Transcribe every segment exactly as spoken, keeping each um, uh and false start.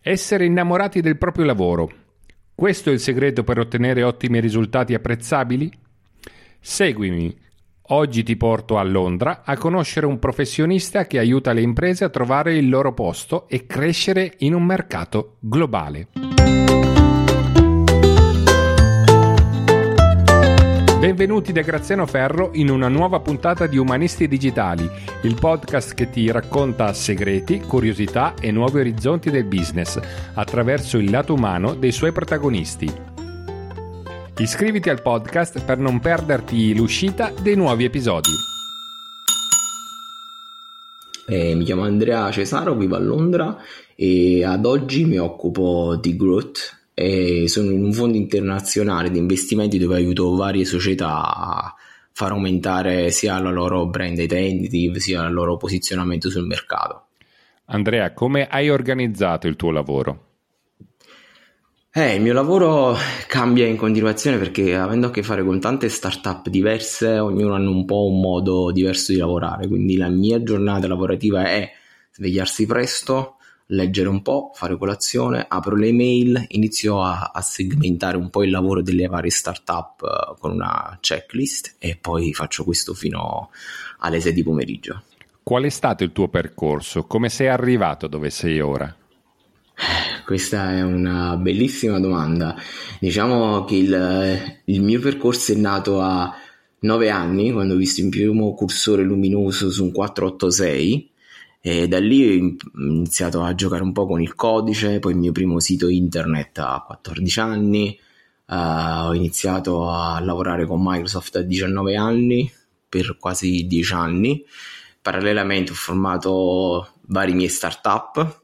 Essere innamorati del proprio lavoro. Questo è il segreto per ottenere ottimi risultati apprezzabili? Seguimi. Oggi ti porto a Londra a conoscere un professionista che aiuta le imprese a trovare il loro posto e crescere in un mercato globale. Benvenuti da Graziano Ferro in una nuova puntata di Umanisti Digitali, il podcast che ti racconta segreti, curiosità e nuovi orizzonti del business attraverso il lato umano dei suoi protagonisti. Iscriviti al podcast per non perderti l'uscita dei nuovi episodi. Eh, mi chiamo Andrea Cesaro, vivo a Londra e ad oggi mi occupo di growth. E sono in un fondo internazionale di investimenti dove aiuto varie società a far aumentare sia la loro brand identity sia il loro posizionamento sul mercato. Andrea, come hai organizzato il tuo lavoro? Eh, il mio lavoro cambia in continuazione perché avendo a che fare con tante startup diverse, ognuno ha un po' un modo diverso di lavorare, quindi la mia giornata lavorativa è svegliarsi presto, leggere un po', fare colazione, apro le email, inizio a, a segmentare un po' il lavoro delle varie startup uh, con una checklist e poi faccio questo fino alle sei di pomeriggio. Qual è stato il tuo percorso? Come sei arrivato dove sei ora? Questa è una bellissima domanda. Diciamo che il, il mio percorso è nato a nove anni, quando ho visto il primo cursore luminoso su un quattrocentottantasei. E da lì ho iniziato a giocare un po' con il codice, poi il mio primo sito internet a quattordici anni, uh, ho iniziato a lavorare con Microsoft a diciannove anni, per quasi dieci anni, parallelamente ho formato vari miei startup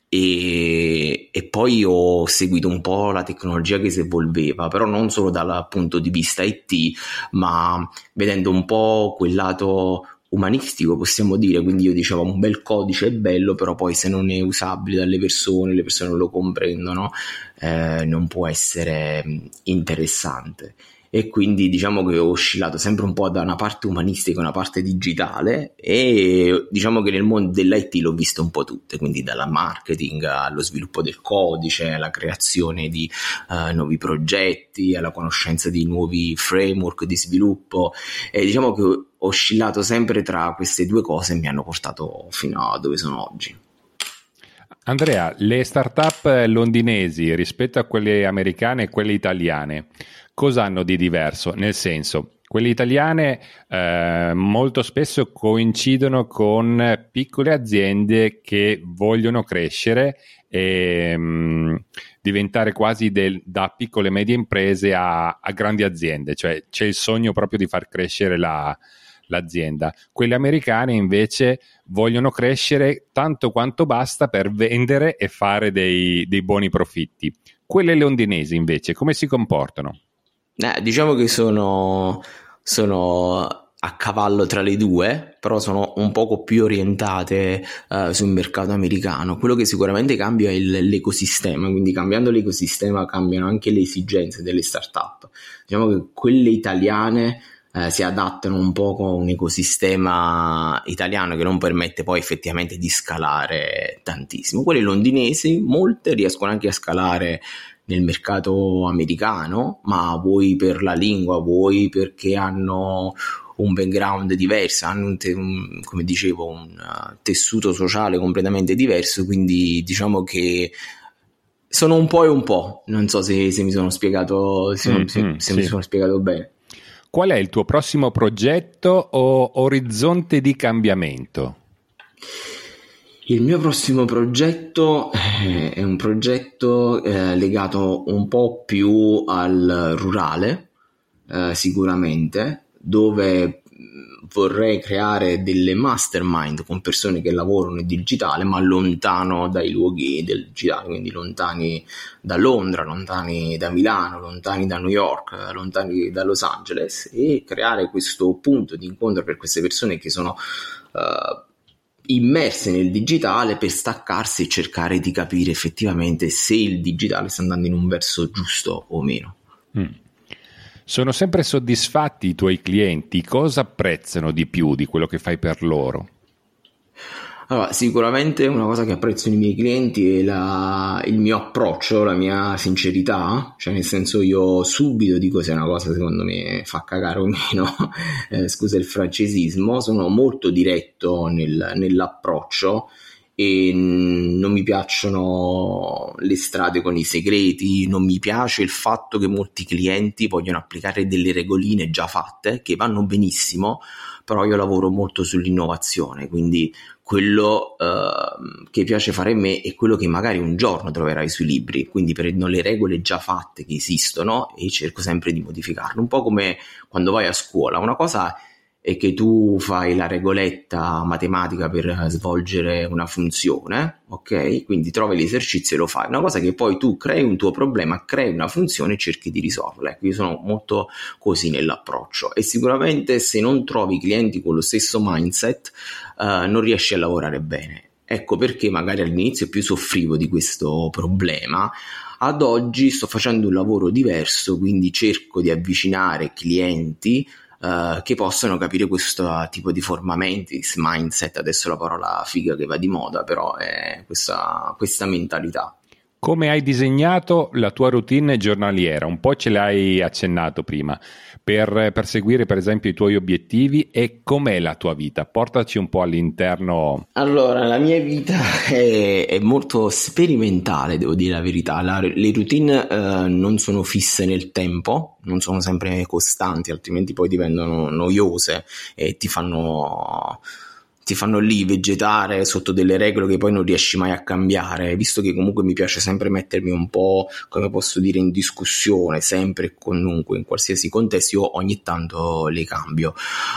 e, e poi ho seguito un po' la tecnologia che si evolveva, però non solo dal punto di vista I T, ma vedendo un po' quel lato umanistico, possiamo dire. Quindi io dicevo un bel codice è bello, però poi se non è usabile dalle persone, le persone non lo comprendono, eh, non può essere interessante. E quindi diciamo che ho oscillato sempre un po' da una parte umanistica a una parte digitale e diciamo che nel mondo dell'I T l'ho visto un po' tutte, quindi dalla marketing allo sviluppo del codice, alla creazione di uh, nuovi progetti, alla conoscenza di nuovi framework di sviluppo, e diciamo che ho oscillato sempre tra queste due cose e mi hanno portato fino a dove sono oggi. Andrea, le startup londinesi rispetto a quelle americane e quelle italiane, cosa hanno di diverso? Nel senso, quelle italiane eh, molto spesso coincidono con piccole aziende che vogliono crescere e mh, diventare quasi del, da piccole e medie imprese a, a grandi aziende, cioè c'è il sogno proprio di far crescere la l'azienda. Quelle americane invece vogliono crescere tanto quanto basta per vendere e fare dei, dei buoni profitti. Quelle londinesi invece come si comportano? Eh, diciamo che sono, sono a cavallo tra le due, però sono un poco più orientate uh, sul mercato americano. Quello che sicuramente cambia è il, l'ecosistema, quindi cambiando l'ecosistema cambiano anche le esigenze delle startup. Diciamo che quelle italiane Eh, si adattano un po' con un ecosistema italiano che non permette poi effettivamente di scalare tantissimo. Quelle londinesi, molte riescono anche a scalare nel mercato americano, ma vuoi per la lingua, vuoi perché hanno un background diverso, hanno un te- un, come dicevo un uh, tessuto sociale completamente diverso, quindi diciamo che sono un po' e un po'. Non so se, se mi sono spiegato, se, mm, se, se sì. mi sono spiegato bene. Qual è il tuo prossimo progetto o orizzonte di cambiamento? Il mio prossimo progetto eh, è un progetto eh, legato un po' più al rurale, eh, sicuramente, dove vorrei creare delle mastermind con persone che lavorano in digitale ma lontano dai luoghi del digitale, quindi lontani da Londra, lontani da Milano, lontani da New York, lontani da Los Angeles, e creare questo punto di incontro per queste persone che sono uh, immerse nel digitale, per staccarsi e cercare di capire effettivamente se il digitale sta andando in un verso giusto o meno. Mm. Sono sempre soddisfatti i tuoi clienti? Cosa apprezzano di più di quello che fai per loro? Allora, sicuramente una cosa che apprezzo nei miei clienti è la, il mio approccio, la mia sincerità, cioè nel senso io subito dico se una cosa secondo me fa cagare o meno, eh, scusa il francesismo, sono molto diretto nel, nell'approccio e non mi piacciono le strade con i segreti, non mi piace il fatto che molti clienti vogliono applicare delle regoline già fatte che vanno benissimo, però io lavoro molto sull'innovazione, quindi quello eh, che piace fare a me è quello che magari un giorno troverai sui libri, quindi prendo le regole già fatte che esistono e cerco sempre di modificarle, un po' come quando vai a scuola. Una cosa è che tu fai la regoletta matematica per svolgere una funzione, ok? Quindi trovi l'esercizio e lo fai. Una cosa che poi tu crei un tuo problema, crei una funzione e cerchi di risolverla. Ecco, io sono molto così nell'approccio e sicuramente se non trovi clienti con lo stesso mindset uh, non riesci a lavorare bene. Ecco perché magari all'inizio più soffrivo di questo problema. Ad oggi sto facendo un lavoro diverso, quindi cerco di avvicinare clienti Uh, che possono capire questo tipo di formamenti, mindset, adesso la parola figa che va di moda, però è questa, questa mentalità. Come hai disegnato la tua routine giornaliera? Un po' ce l'hai accennato prima, per perseguire per esempio i tuoi obiettivi, e com'è la tua vita? Portaci un po' all'interno. Allora, la mia vita è, è molto sperimentale, devo dire la verità. La, le routine eh, non sono fisse nel tempo, non sono sempre costanti, altrimenti poi diventano noiose e ti fanno... ti fanno lì vegetare sotto delle regole che poi non riesci mai a cambiare, visto che comunque mi piace sempre mettermi un po', come posso dire, in discussione, sempre e comunque in qualsiasi contesto, io ogni tanto le cambio.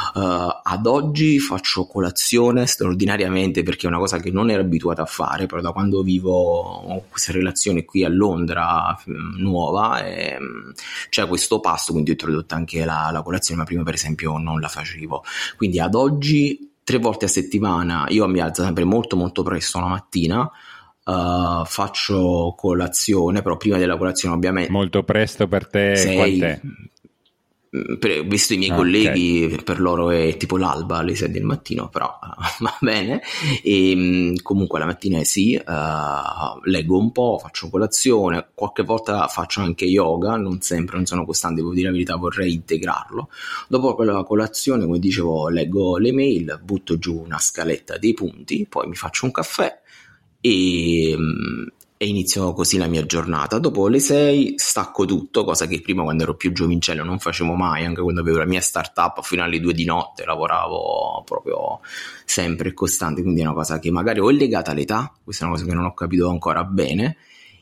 Uh, ad oggi faccio colazione straordinariamente perché è una cosa che non ero abituata a fare, però da quando vivo ho questa relazione qui a Londra nuova e c'è questo pasto, quindi ho introdotto anche la, la colazione, ma prima per esempio non la facevo, quindi ad oggi tre volte a settimana io mi alzo sempre molto molto presto la mattina, uh, faccio colazione, però prima della colazione ovviamente... Molto presto per te sei, quant'è? Per, visto i miei ah, colleghi, okay. Per loro è tipo l'alba alle sei del mattino, però uh, va bene. E comunque la mattina sì, uh, leggo un po', faccio colazione, qualche volta faccio anche yoga, non sempre, non sono costante, devo dire la verità, vorrei integrarlo. Dopo quella colazione, come dicevo, leggo le mail, butto giù una scaletta dei punti, poi mi faccio un caffè e... e inizio così la mia giornata. Dopo le sei stacco tutto, cosa che prima quando ero più giovincello non facevo mai, anche quando avevo la mia startup fino alle due di notte lavoravo proprio sempre costante, quindi è una cosa che magari o è legata all'età, questa è una cosa che non ho capito ancora bene,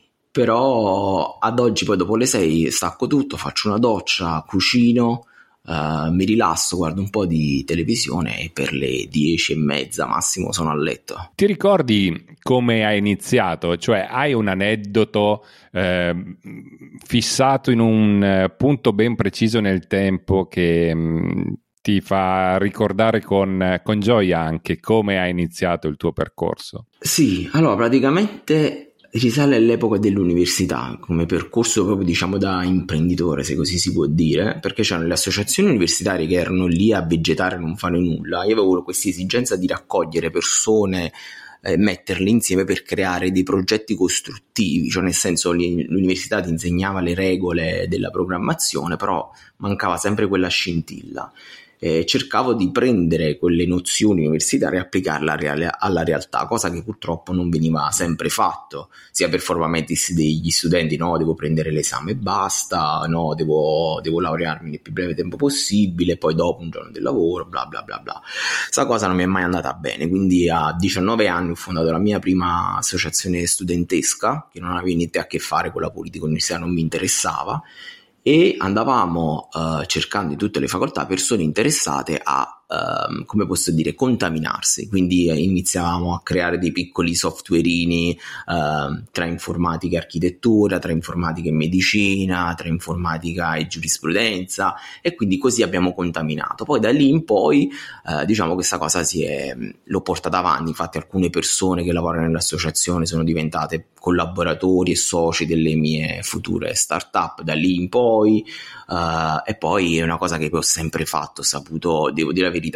però ad oggi poi dopo le sei stacco tutto, faccio una doccia, cucino, Uh, mi rilasso, guardo un po' di televisione e per le dieci e mezza massimo sono a letto. Ti ricordi come hai iniziato? Cioè hai un aneddoto eh, fissato in un punto ben preciso nel tempo che mh, ti fa ricordare con, con gioia anche come hai iniziato il tuo percorso? Sì, allora praticamente risale all'epoca dell'università, come percorso proprio diciamo da imprenditore, se così si può dire, perché c'erano le associazioni universitarie che erano lì a vegetare e non fare nulla. Io avevo questa esigenza di raccogliere persone, eh, metterle insieme per creare dei progetti costruttivi, cioè nel senso l'università ti insegnava le regole della programmazione, però mancava sempre quella scintilla. Eh, cercavo di prendere quelle nozioni universitarie e applicarle reale, alla realtà, cosa che purtroppo non veniva sempre fatto, sia per formatis degli studenti, no, devo prendere l'esame e basta, no, devo, devo laurearmi nel più breve tempo possibile, poi dopo un giorno del lavoro, bla bla bla bla. Questa cosa non mi è mai andata bene, quindi a diciannove anni ho fondato la mia prima associazione studentesca, che non aveva niente a che fare con la politica universitaria, non mi interessava, e andavamo uh, cercando in tutte le facoltà persone interessate a, uh, come posso dire, contaminarsi, quindi eh, iniziavamo a creare dei piccoli softwareini uh, tra informatica e architettura, tra informatica e medicina, tra informatica e giurisprudenza, e quindi così abbiamo contaminato. Poi da lì in poi uh, diciamo questa cosa si è, l'ho portata avanti, infatti alcune persone che lavorano nell'associazione sono diventate collaboratori e soci delle mie future startup da lì in poi, uh, e poi è una cosa che ho sempre fatto, ho saputo, devo dire la verità,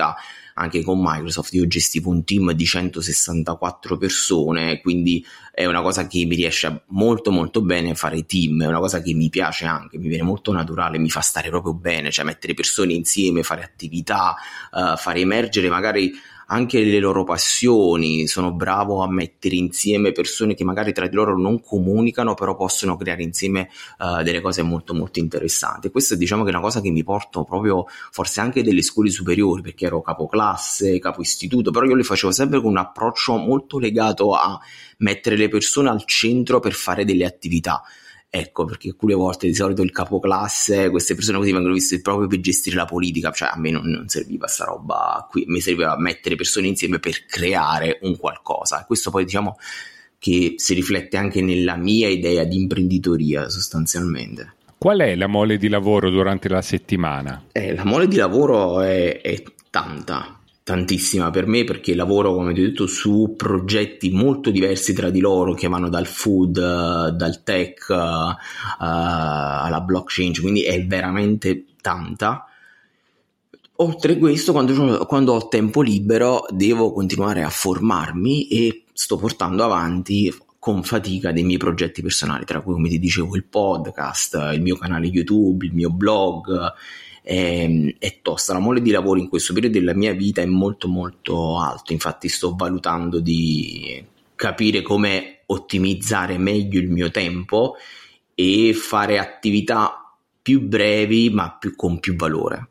anche con Microsoft io gestivo un team di centosessantaquattro persone, quindi è una cosa che mi riesce molto molto bene fare team, è una cosa che mi piace anche, mi viene molto naturale, mi fa stare proprio bene, cioè mettere persone insieme, fare attività, uh, fare emergere magari anche le loro passioni. Sono bravo a mettere insieme persone che magari tra di loro non comunicano, però possono creare insieme uh, delle cose molto molto interessanti. Questa diciamo che è una cosa che mi porto proprio forse anche delle scuole superiori, perché ero capoclasse, capo istituto, però io le facevo sempre con un approccio molto legato a mettere le persone al centro per fare delle attività. Ecco, perché alcune volte di solito il capoclasse, queste persone così vengono viste proprio per gestire la politica, cioè a me non, non serviva sta roba qui, mi serviva mettere persone insieme per creare un qualcosa. E questo poi diciamo che si riflette anche nella mia idea di imprenditoria sostanzialmente. Qual è la mole di lavoro durante la settimana? Eh, la mole di lavoro è, è tanta. Tantissima per me, perché lavoro, come ti ho detto, su progetti molto diversi tra di loro, che vanno dal food, uh, dal tech uh, uh, alla blockchain, quindi è veramente tanta. Oltre a questo, quando, quando ho tempo libero devo continuare a formarmi e sto portando avanti con fatica dei miei progetti personali, tra cui, come ti dicevo, il podcast, il mio canale YouTube, il mio blog. È, è tosta, la mole di lavoro in questo periodo della mia vita è molto molto alto, infatti sto valutando di capire come ottimizzare meglio il mio tempo e fare attività più brevi ma più, con più valore.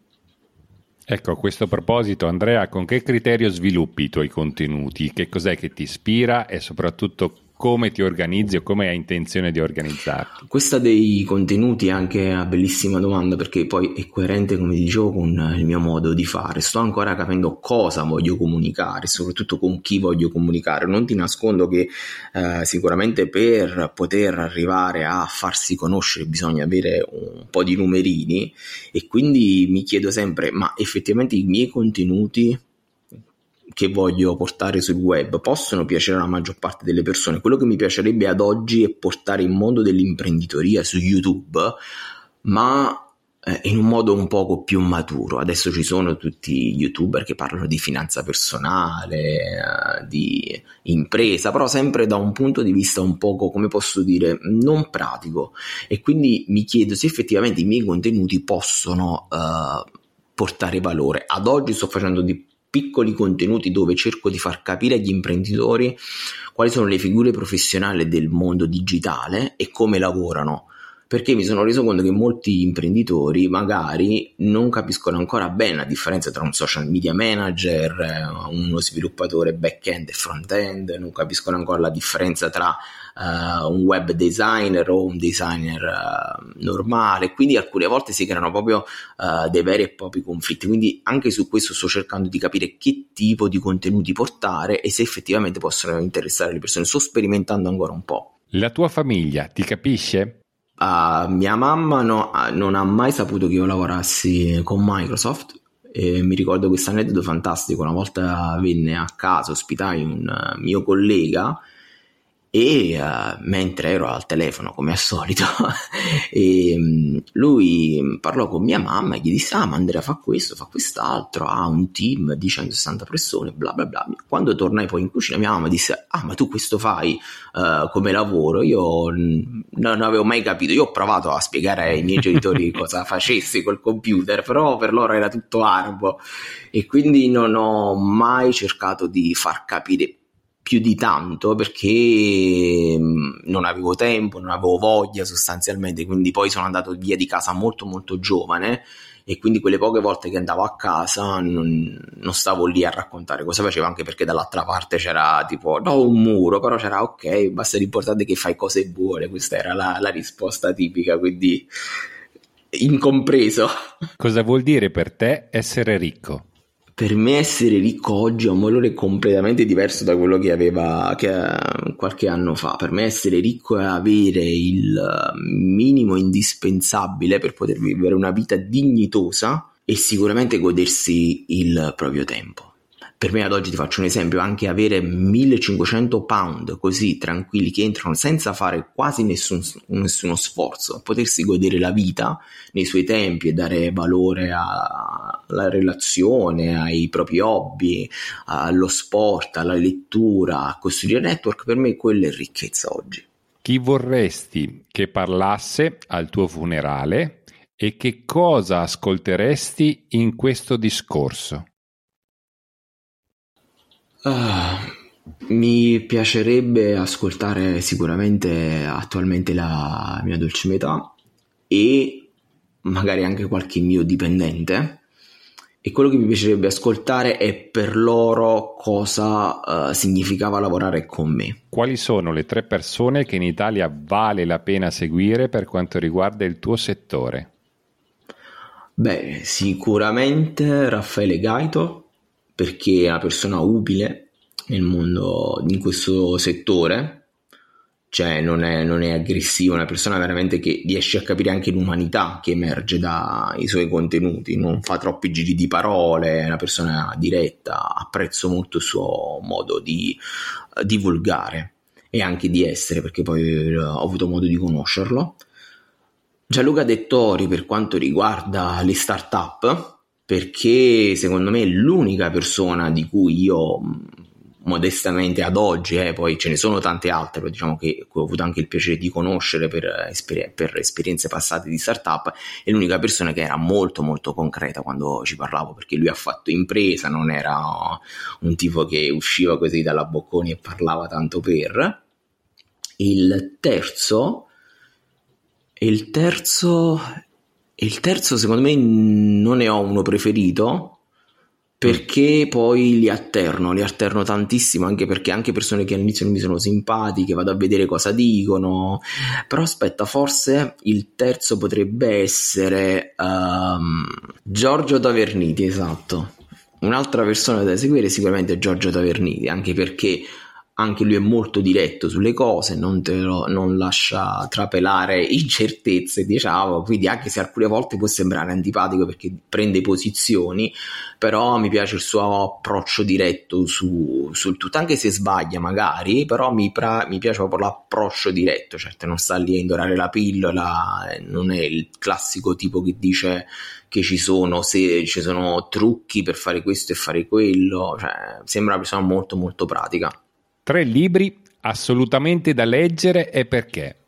Ecco, a questo proposito, Andrea, con che criterio sviluppi i tuoi contenuti? Che cos'è che ti ispira e soprattutto come ti organizzi o come hai intenzione di organizzarti? Questa dei contenuti è anche una bellissima domanda, perché poi è coerente, come ti dicevo, con il mio modo di fare. Sto ancora capendo cosa voglio comunicare, soprattutto con chi voglio comunicare. Non ti nascondo che eh, sicuramente per poter arrivare a farsi conoscere bisogna avere un po' di numerini, e quindi mi chiedo sempre, ma effettivamente i miei contenuti che voglio portare sul web possono piacere alla maggior parte delle persone? Quello che mi piacerebbe ad oggi è portare il mondo dell'imprenditoria su YouTube, ma eh, in un modo un poco più maturo. Adesso ci sono tutti gli youtuber che parlano di finanza personale, eh, di impresa, però sempre da un punto di vista un poco, come posso dire, non pratico, e quindi mi chiedo se effettivamente i miei contenuti possono eh, portare valore. Ad oggi sto facendo di piccoli contenuti dove cerco di far capire agli imprenditori quali sono le figure professionali del mondo digitale e come lavorano, perché mi sono reso conto che molti imprenditori magari non capiscono ancora bene la differenza tra un social media manager, uno sviluppatore back-end e front-end, non capiscono ancora la differenza tra uh, un web designer o un designer uh, normale, quindi alcune volte si creano proprio uh, dei veri e propri conflitti. Quindi anche su questo sto cercando di capire che tipo di contenuti portare e se effettivamente possono interessare le persone. Sto sperimentando ancora un po'. La tua famiglia ti capisce? Uh, mia mamma no, non ha mai saputo che io lavorassi con Microsoft, e mi ricordo questo aneddoto fantastico. Una volta venne a casa, ospitai un uh, mio collega e uh, mentre ero al telefono come al solito e, um, lui parlò con mia mamma e gli disse: ah, ma Andrea fa questo, fa quest'altro, ha un team di centosessanta persone, bla bla bla. Quando tornai poi in cucina, mia mamma disse: ah, ma tu questo fai uh, come lavoro? Io n- non avevo mai capito. Io ho provato a spiegare ai miei genitori cosa facessi col computer, però per loro era tutto arabo, e quindi non ho mai cercato di far capire più di tanto, perché non avevo tempo, non avevo voglia sostanzialmente. Quindi poi sono andato via di casa molto molto giovane, e quindi quelle poche volte che andavo a casa non, non stavo lì a raccontare cosa facevo, anche perché dall'altra parte c'era tipo no un muro, però c'era ok, basta, l'importante è che fai cose buone. Questa era la, la risposta tipica, quindi incompreso. Cosa vuol dire per te essere ricco? Per me essere ricco oggi ha un valore completamente diverso da quello che aveva che, qualche anno fa. Per me essere ricco è avere il minimo indispensabile per poter vivere una vita dignitosa e sicuramente godersi il proprio tempo. Per me ad oggi, ti faccio un esempio, anche avere millecinquecento pound così tranquilli che entrano senza fare quasi nessun, nessuno sforzo, potersi godere la vita nei suoi tempi e dare valore a alla relazione, ai propri hobby, allo sport, alla lettura, a costruire network, per me quella è ricchezza oggi. Chi vorresti che parlasse al tuo funerale e che cosa ascolteresti in questo discorso? Ah, mi piacerebbe ascoltare sicuramente attualmente la mia dolce metà e magari anche qualche mio dipendente, e quello che mi piacerebbe ascoltare è per loro cosa uh, significava lavorare con me. Quali sono le tre persone che in Italia vale la pena seguire per quanto riguarda il tuo settore? Beh, sicuramente Raffaele Gaito, perché è una persona ubile nel mondo, in questo settore, cioè non è, non è aggressivo, è una persona veramente che riesce a capire anche l'umanità che emerge dai suoi contenuti, non fa troppi giri di parole, è una persona diretta, apprezzo molto il suo modo di uh, divulgare e anche di essere, perché poi uh, ho avuto modo di conoscerlo. Gianluca Dettori per quanto riguarda le start-up, perché secondo me è l'unica persona di cui io modestamente ad oggi, eh, poi ce ne sono tante altre, però diciamo che ho avuto anche il piacere di conoscere per, esper- per esperienze passate di startup, è l'unica persona che era molto molto concreta quando ci parlavo, perché lui ha fatto impresa, non era un tipo che usciva così dalla bocconi e parlava tanto per. Il terzo il terzo il terzo secondo me non ne ho uno preferito, perché poi li alterno, li alterno tantissimo, anche perché anche persone che all'inizio non mi sono simpatiche, vado a vedere cosa dicono, però aspetta, forse il terzo potrebbe essere um, Giorgio Taverniti, esatto, un'altra persona da seguire sicuramente è Giorgio Taverniti, anche perché anche lui è molto diretto sulle cose, non, te lo, non lascia trapelare incertezze, diciamo, quindi anche se alcune volte può sembrare antipatico perché prende posizioni, però mi piace il suo approccio diretto su, sul tutto, anche se sbaglia magari, però mi, pra, mi piace proprio l'approccio diretto, certo non sta lì a indorare la pillola, non è il classico tipo che dice che ci sono, se ci sono trucchi per fare questo e fare quello, cioè, sembra una persona molto molto pratica. Tre libri assolutamente da leggere e perché?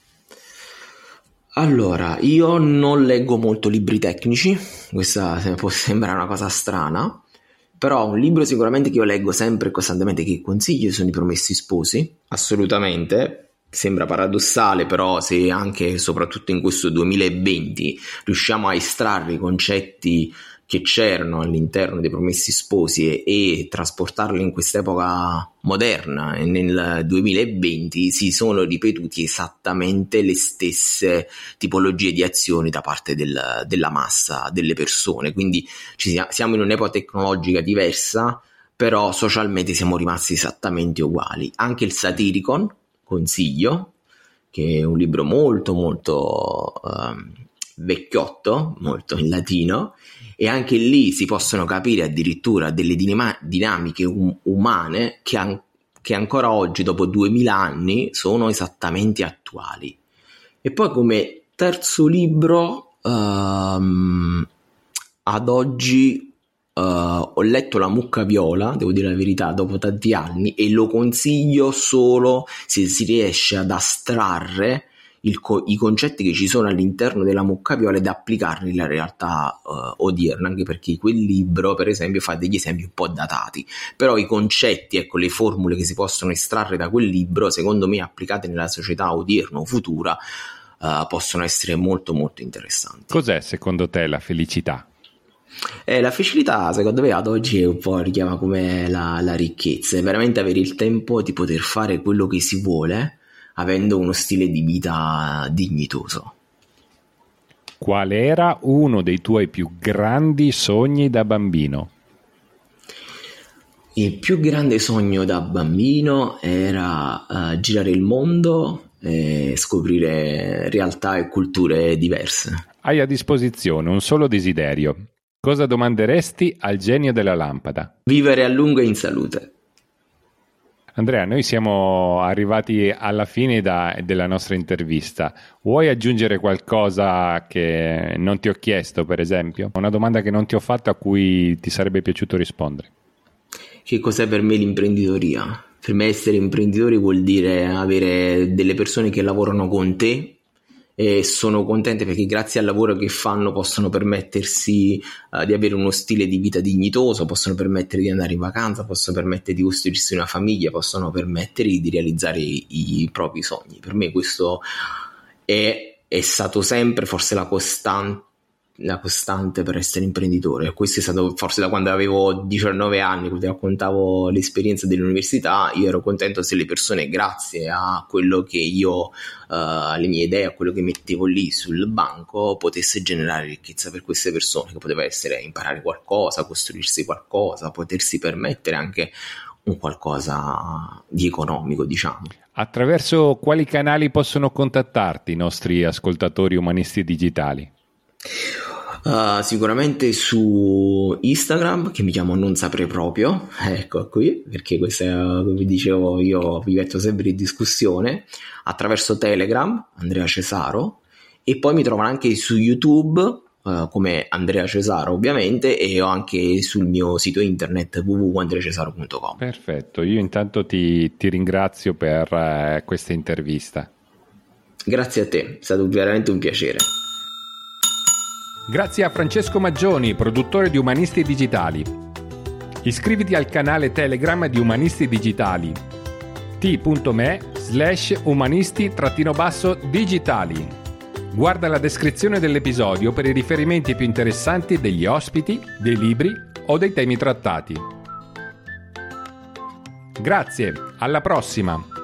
Allora, io non leggo molto libri tecnici, questa può sembrare una cosa strana, però un libro sicuramente che io leggo sempre e costantemente, che consiglio, sono I Promessi Sposi, assolutamente. Sembra paradossale, però se anche e soprattutto in questo duemilaventi riusciamo a estrarre i concetti che c'erano all'interno dei Promessi Sposi e, e trasportarli in quest'epoca moderna e nel duemilaventi, si sono ripetuti esattamente le stesse tipologie di azioni da parte del, della massa delle persone, quindi ci siamo in un'epoca tecnologica diversa, però socialmente siamo rimasti esattamente uguali. Anche il Satiricon consiglio, che è un libro molto molto um, vecchiotto, molto in latino, e anche lì si possono capire addirittura delle dinama- dinamiche um- umane che, an- che ancora oggi, dopo duemila anni, sono esattamente attuali. E poi come terzo libro, um, ad oggi uh, ho letto La mucca viola, devo dire la verità, dopo tanti anni, e lo consiglio solo se si riesce ad astrarre Il co- i concetti che ci sono all'interno della mucca viola ed applicarli alla realtà uh, odierna, anche perché quel libro per esempio fa degli esempi un po' datati, però i concetti, ecco, le formule che si possono estrarre da quel libro, secondo me applicate nella società odierna o futura uh, possono essere molto molto interessanti. Cos'è secondo te la felicità? Eh, la felicità secondo me ad oggi è un po' richiama come la, la ricchezza, è veramente avere il tempo di poter fare quello che si vuole avendo uno stile di vita dignitoso. Qual era uno dei tuoi più grandi sogni da bambino? Il più grande sogno da bambino era uh, girare il mondo e scoprire realtà e culture diverse. Hai a disposizione un solo desiderio. Cosa domanderesti al genio della lampada? Vivere a lungo e in salute. Andrea, noi siamo arrivati alla fine da, della nostra intervista. Vuoi aggiungere qualcosa che non ti ho chiesto, per esempio? Una domanda che non ti ho fatto a cui ti sarebbe piaciuto rispondere? Che cos'è per me l'imprenditoria? Per me essere imprenditori vuol dire avere delle persone che lavorano con te, e sono contente perché grazie al lavoro che fanno possono permettersi uh, di avere uno stile di vita dignitoso, possono permettere di andare in vacanza, possono permettere di costruirsi una famiglia, possono permettere di realizzare i, i propri sogni. Per me questo è, è stato sempre forse la costante la costante per essere imprenditore. Questo è stato forse da quando avevo diciannove anni, quando raccontavo l'esperienza dell'università. Io ero contento se le persone, grazie a quello che io, uh, alle mie idee, a quello che mettevo lì sul banco, potesse generare ricchezza per queste persone, che poteva essere imparare qualcosa, costruirsi qualcosa, potersi permettere anche un qualcosa di economico, diciamo. Attraverso quali canali possono contattarti i nostri ascoltatori umanisti digitali? Uh, sicuramente su Instagram, che mi chiamo Non Saprei Proprio, ecco qui, perché questo è, come vi dicevo, io vi metto sempre in discussione, attraverso Telegram, Andrea Cesaro, e poi mi trovano anche su YouTube uh, come Andrea Cesaro ovviamente, e ho anche sul mio sito internet w w w punto andrea cesaro punto com. Perfetto, io intanto ti, ti ringrazio per uh, questa intervista. Grazie a te, è stato veramente un piacere. Grazie a Francesco Maggioni, produttore di Umanisti Digitali. Iscriviti al canale Telegram di Umanisti Digitali t.me slash umanisti trattino basso digitali. Guarda la descrizione dell'episodio per i riferimenti più interessanti degli ospiti, dei libri o dei temi trattati. Grazie, alla prossima!